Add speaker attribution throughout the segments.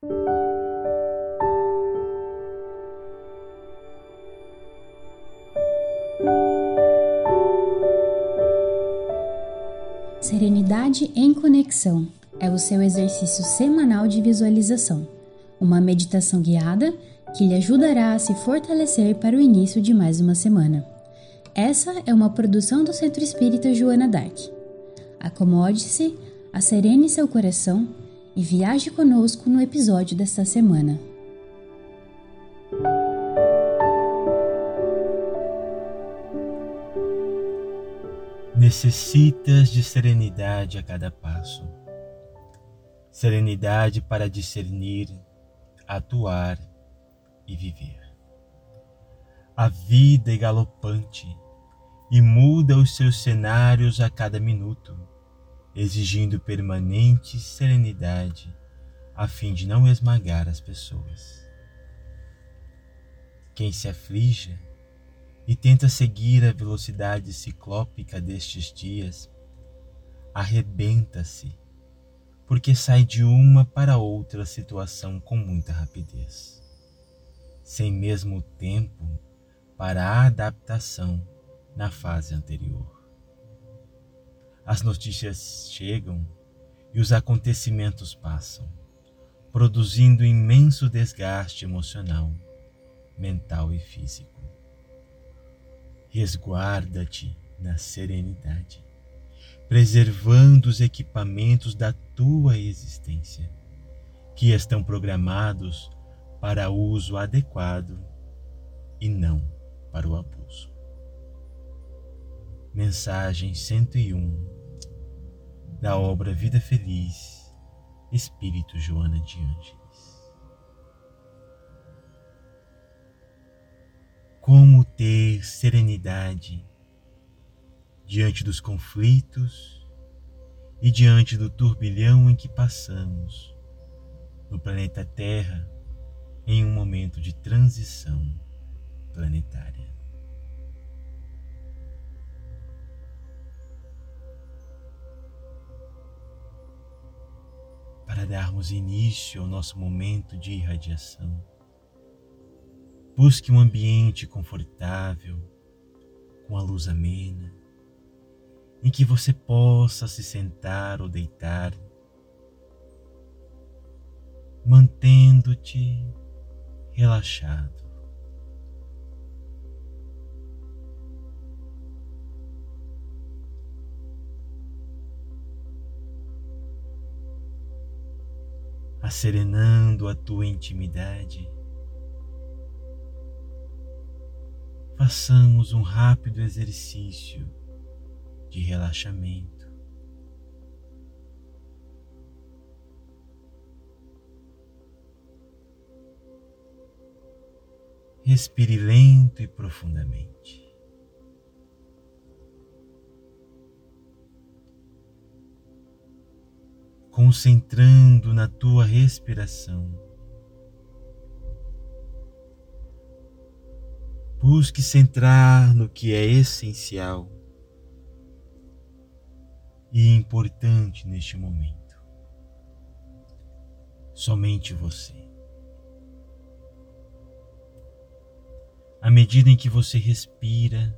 Speaker 1: Serenidade em Conexão é o seu exercício semanal de visualização, uma meditação guiada que lhe ajudará a se fortalecer para o início de mais uma semana. Essa é uma produção do Centro Espírita Joana d'Arc. Acomode-se, acerene seu coração e viaje conosco no episódio desta semana.
Speaker 2: Necessitas de serenidade a cada passo. Serenidade para discernir, atuar e viver. A vida é galopante e muda os seus cenários a cada minuto, exigindo permanente serenidade a fim de não esmagar as pessoas. Quem se aflige e tenta seguir a velocidade ciclópica destes dias, arrebenta-se, porque sai de uma para outra situação com muita rapidez, sem mesmo tempo para a adaptação na fase anterior. As notícias chegam e os acontecimentos passam, produzindo imenso desgaste emocional, mental e físico. Resguarda-te na serenidade, preservando os equipamentos da tua existência, que estão programados para uso adequado e não para o abuso. Mensagem 101 da obra Vida Feliz, Espírito Joana de Ângeles. Como ter serenidade diante dos conflitos e diante do turbilhão em que passamos no planeta Terra em um momento de transição planetária. Para darmos início ao nosso momento de irradiação, busque um ambiente confortável, com a luz amena, em que você possa se sentar ou deitar, mantendo-te relaxado. Asserenando a tua intimidade, façamos um rápido exercício de relaxamento. Respire lento e profundamente. Concentrando na tua respiração. Busque centrar no que é essencial e importante neste momento. Somente você. À medida em que você respira,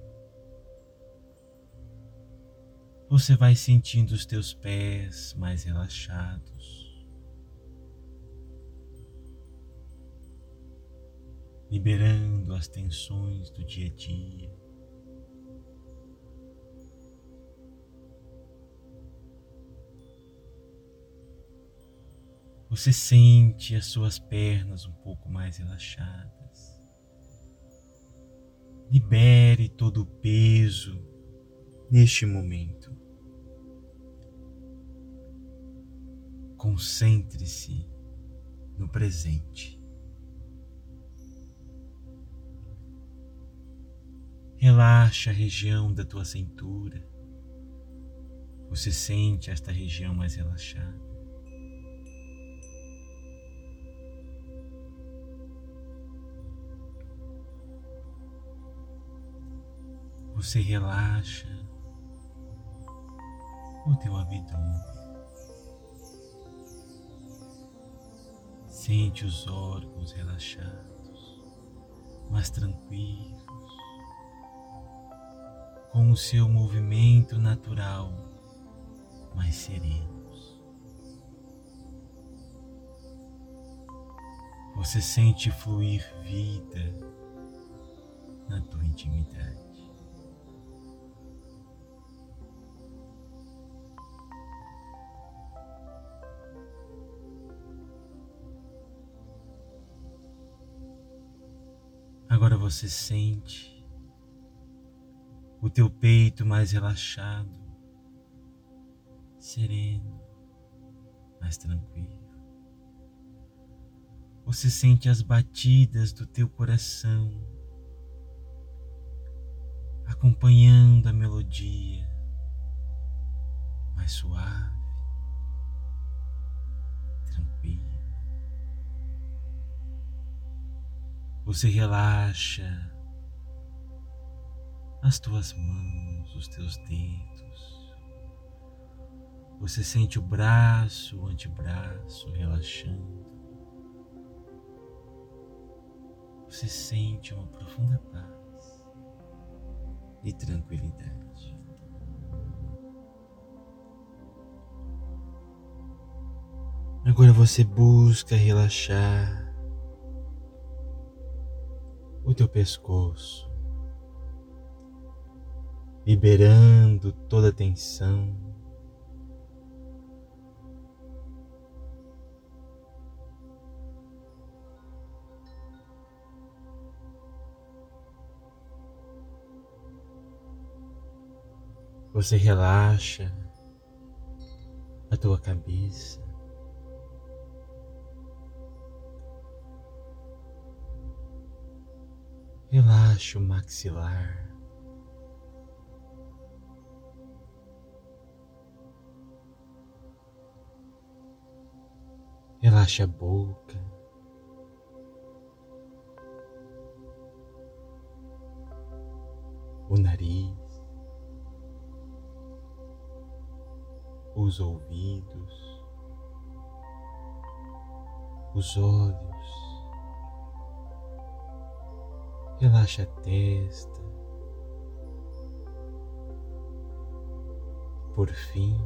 Speaker 2: você vai sentindo os teus pés mais relaxados, liberando as tensões do dia a dia. Você sente as suas pernas um pouco mais relaxadas. Libere todo o peso neste momento. Concentre-se no presente. Relaxa a região da tua cintura. Você sente esta região mais relaxada. Você relaxa o teu abdômen. Sente os órgãos relaxados, mais tranquilos, com o seu movimento natural mais serenos. Você sente fluir vida na tua intimidade. Agora você sente o teu peito mais relaxado, sereno, mais tranquilo. Você sente as batidas do teu coração acompanhando a melodia mais suave, tranquila. Você relaxa as tuas mãos, os teus dedos. Você sente o braço, o antebraço relaxando. Você sente uma profunda paz e tranquilidade. Agora você busca relaxar o teu pescoço, liberando toda a tensão. Você relaxa a tua cabeça. Relaxa o maxilar. Relaxa a boca. O nariz. Os ouvidos. Os olhos. Relaxa a testa. Por fim,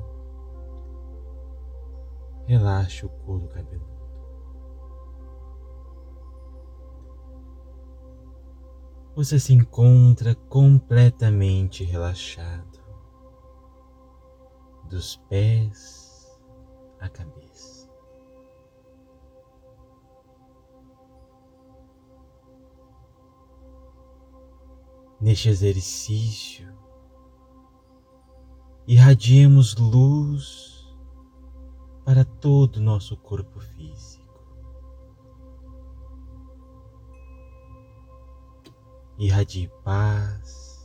Speaker 2: relaxa o couro cabeludo. Você se encontra completamente relaxado, dos pés à cabeça. Neste exercício, irradiemos luz para todo o nosso corpo físico. Irradie paz,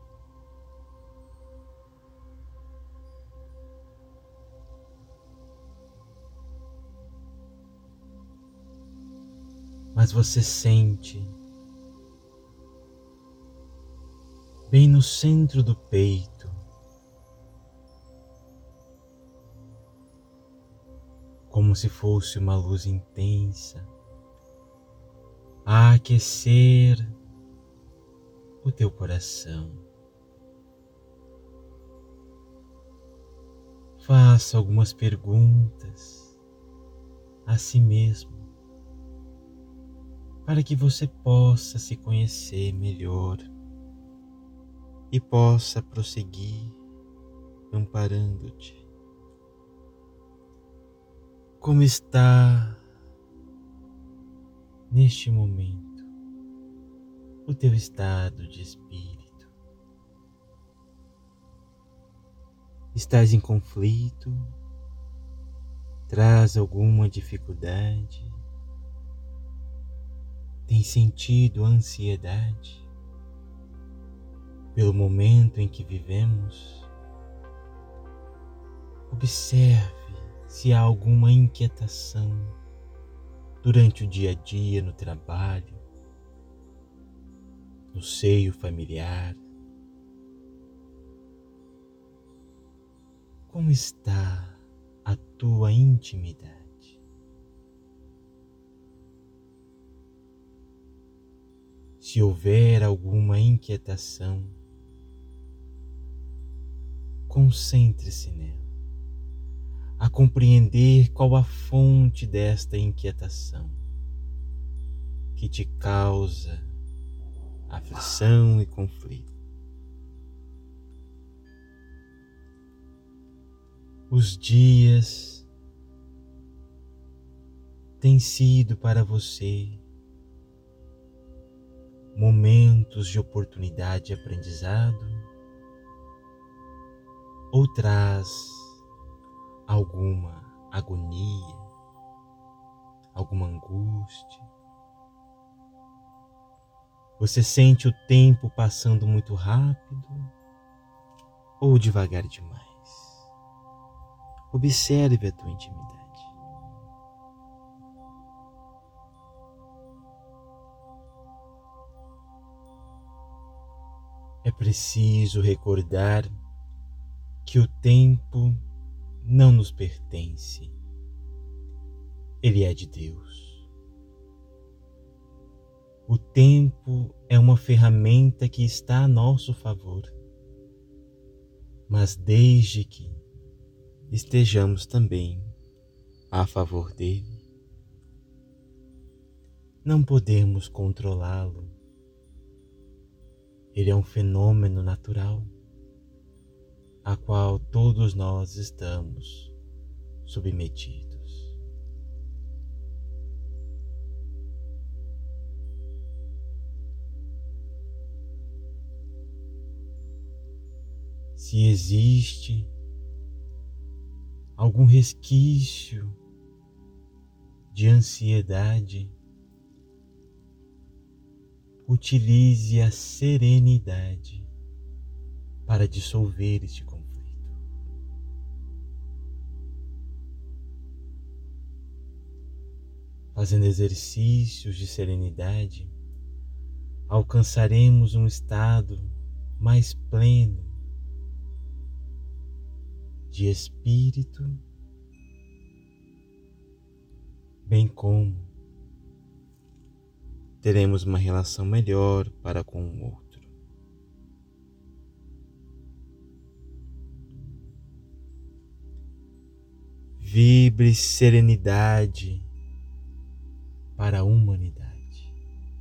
Speaker 2: mas você sente bem no centro do peito como se fosse uma luz intensa a aquecer o teu coração. Faça algumas perguntas a si mesmo para que você possa se conhecer melhor e possa prosseguir amparando-te. Como está neste momento o teu estado de espírito? Estás em conflito? Traz alguma dificuldade? Tem sentido ansiedade pelo momento em que vivemos? Observe se há alguma inquietação durante o dia a dia no trabalho, no seio familiar. Como está a tua intimidade? Se houver alguma inquietação, concentre-se nela, a compreender qual a fonte desta inquietação que te causa aflição e conflito. Os dias têm sido para você momentos de oportunidade de aprendizado ou traz alguma agonia, alguma angústia? Você sente o tempo passando muito rápido ou devagar demais? Observe a tua intimidade. É preciso recordar que o tempo não nos pertence. Ele é de Deus. O tempo é uma ferramenta que está a nosso favor, mas desde que estejamos também a favor dele, não podemos controlá-lo. Ele é um fenômeno natural, a qual todos nós estamos submetidos. Se existe algum resquício de ansiedade, utilize a serenidade para dissolver este conflito. Fazendo exercícios de serenidade, alcançaremos um estado mais pleno de espírito, bem como teremos uma relação melhor para com o outro. Vibre serenidade para a humanidade.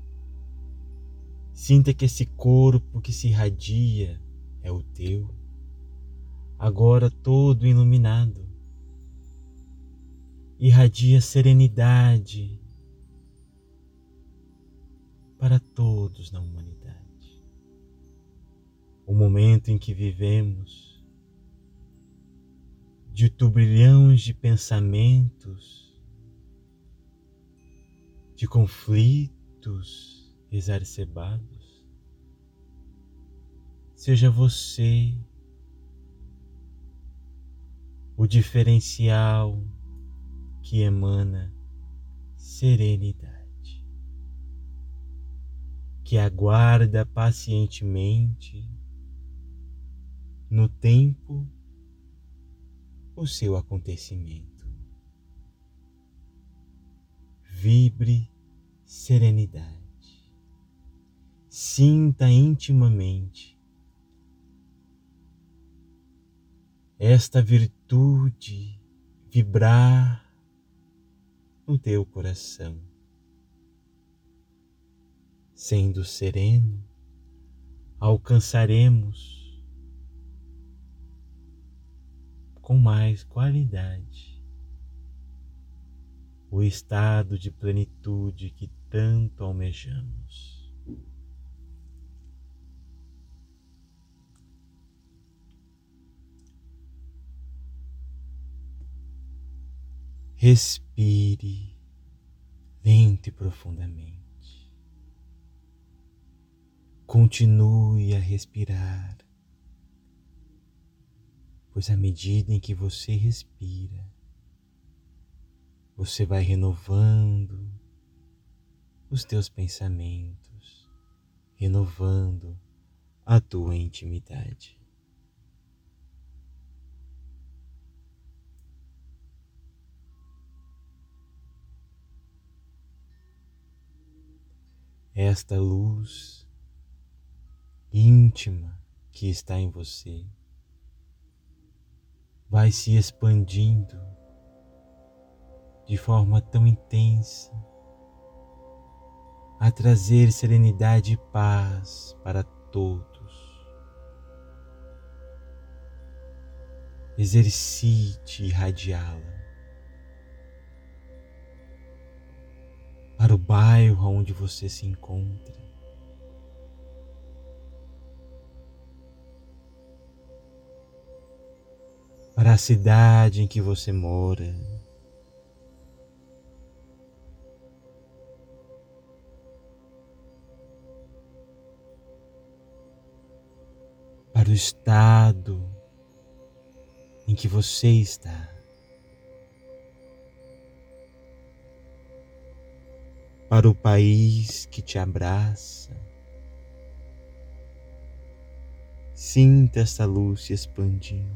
Speaker 2: Sinta que esse corpo que se irradia é o teu, agora todo iluminado. Irradia serenidade para todos na humanidade. O momento em que vivemos, de turbilhões de pensamentos, de conflitos exacerbados, seja você o diferencial que emana serenidade, que aguarda pacientemente no tempo o seu acontecimento. Vibre serenidade. Sinta intimamente esta virtude vibrar no teu coração. Sendo sereno, alcançaremos com mais qualidade o estado de plenitude que tanto almejamos. Respire lento e profundamente. Continue a respirar, pois à medida em que você respira, você vai renovando os teus pensamentos, renovando a tua intimidade. esta luz íntima que está em você vai se expandindo de forma tão intensa a trazer serenidade e paz para todos. Exercite irradiá-la para o bairro onde você se encontra, para a cidade em que você mora, para o estado em que você está, para o país que te abraça. Sinta essa luz se expandindo.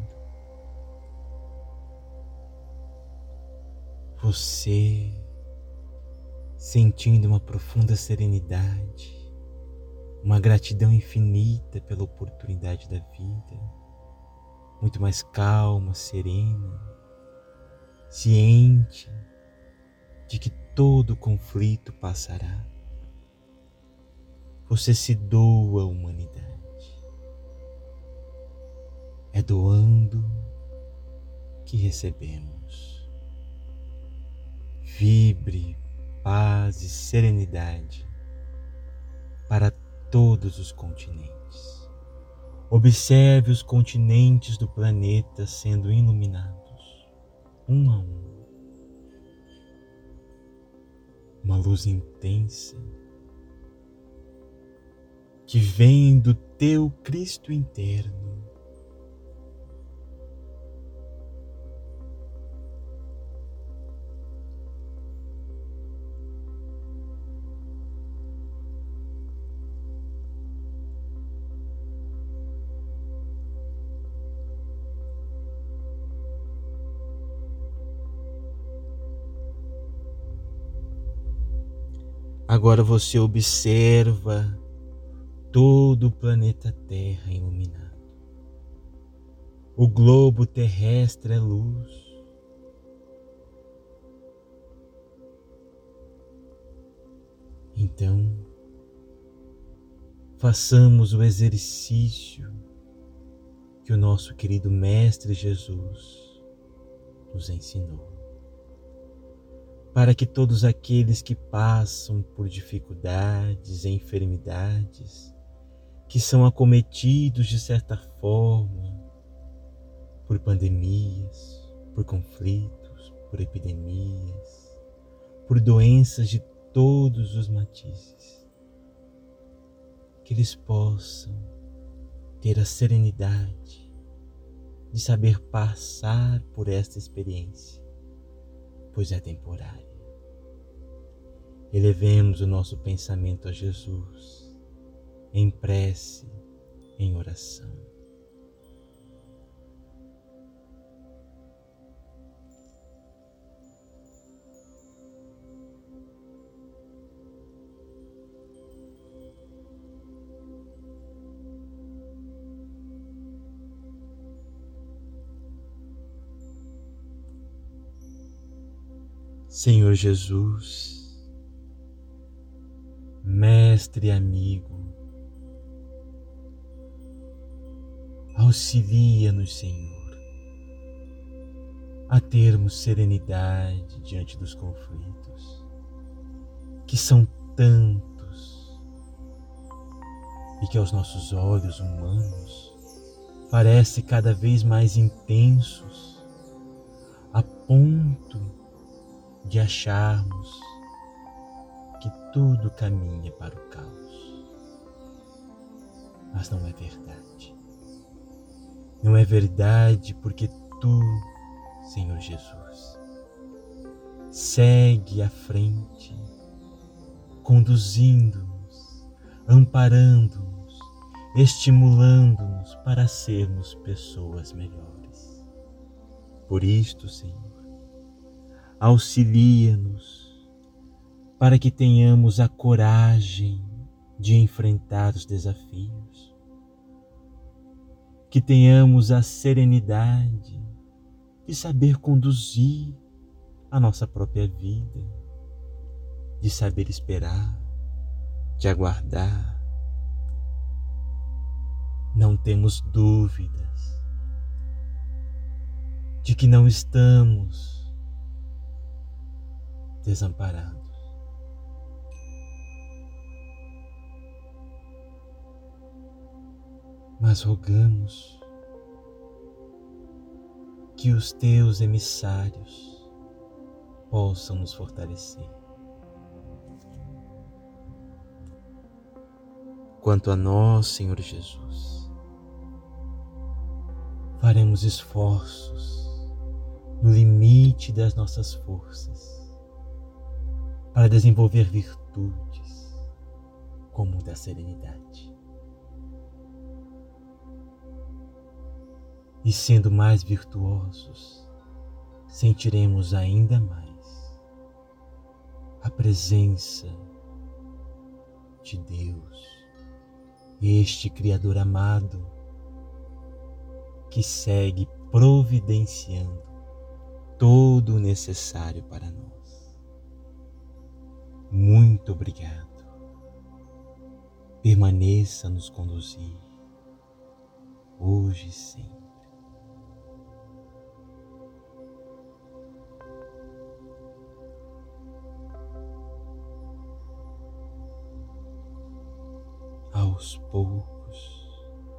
Speaker 2: Você sentindo uma profunda serenidade, uma gratidão infinita pela oportunidade da vida, muito mais calma, serena, ciente de que todo conflito passará. Você se doa à humanidade. É doando que recebemos. Vibre paz e serenidade para todos os continentes. Observe os continentes do planeta sendo iluminados, um a um. Uma luz intensa que vem do teu Cristo interno. Agora você observa todo o planeta Terra iluminado. O globo terrestre é luz. Então, façamos o exercício que o nosso querido Mestre Jesus nos ensinou, para que todos aqueles que passam por dificuldades e enfermidades, que são acometidos de certa forma por pandemias, por conflitos, por epidemias, por doenças de todos os matizes, que eles possam ter a serenidade de saber passar por esta experiência, pois é temporária. Elevemos o nosso pensamento a Jesus, em prece, em oração. Senhor Jesus, Mestre e amigo, auxilia-nos, Senhor, a termos serenidade diante dos conflitos, que são tantos e que aos nossos olhos humanos parecem cada vez mais intensos, a ponto de acharmos que tudo caminha para o caos. Mas não é verdade. Não é verdade porque Tu, Senhor Jesus, segue à frente, conduzindo-nos, amparando-nos, estimulando-nos para sermos pessoas melhores. Por isto, Senhor, auxilia-nos para que tenhamos a coragem de enfrentar os desafios, que tenhamos a serenidade de saber conduzir a nossa própria vida, de saber esperar, de aguardar. Não temos dúvidas de que não estamos desamparados. Mas rogamos que os teus emissários possam nos fortalecer. Quanto a nós, Senhor Jesus, faremos esforços no limite das nossas forças para desenvolver virtudes como o da serenidade. E sendo mais virtuosos, sentiremos ainda mais a presença de Deus, este Criador amado, que segue providenciando todo o necessário para nós. Muito obrigado. Permaneça a nos conduzir, hoje e sempre. Aos poucos,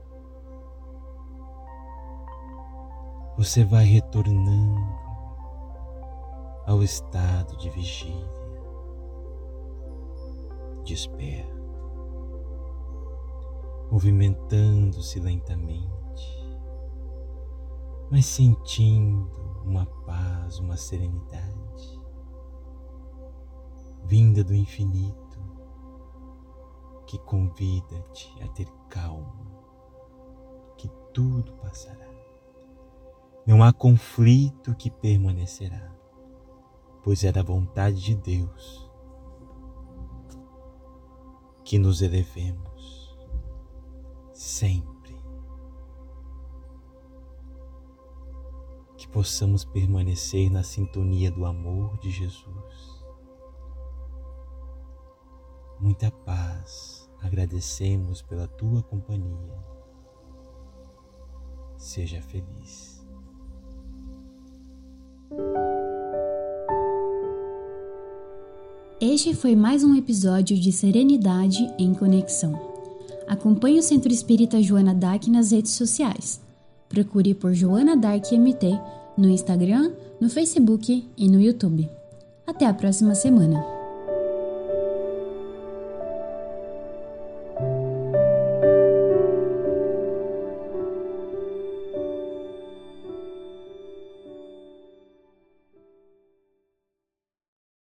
Speaker 2: você vai retornando ao estado de vigília, de espera, movimentando-se lentamente, mas sentindo uma paz, uma serenidade, vinda do infinito, que convida-te a ter calma, que tudo passará. Não há conflito que permanecerá, pois é da vontade de Deus que nos elevemos sempre, que possamos permanecer na sintonia do amor de Jesus. Muita paz, agradecemos pela tua companhia. Seja feliz.
Speaker 1: Este foi mais um episódio de Serenidade em Conexão. Acompanhe o Centro Espírita Joana Dark nas redes sociais. Procure por Joana Dark MT no Instagram, no Facebook e no YouTube. Até a próxima semana.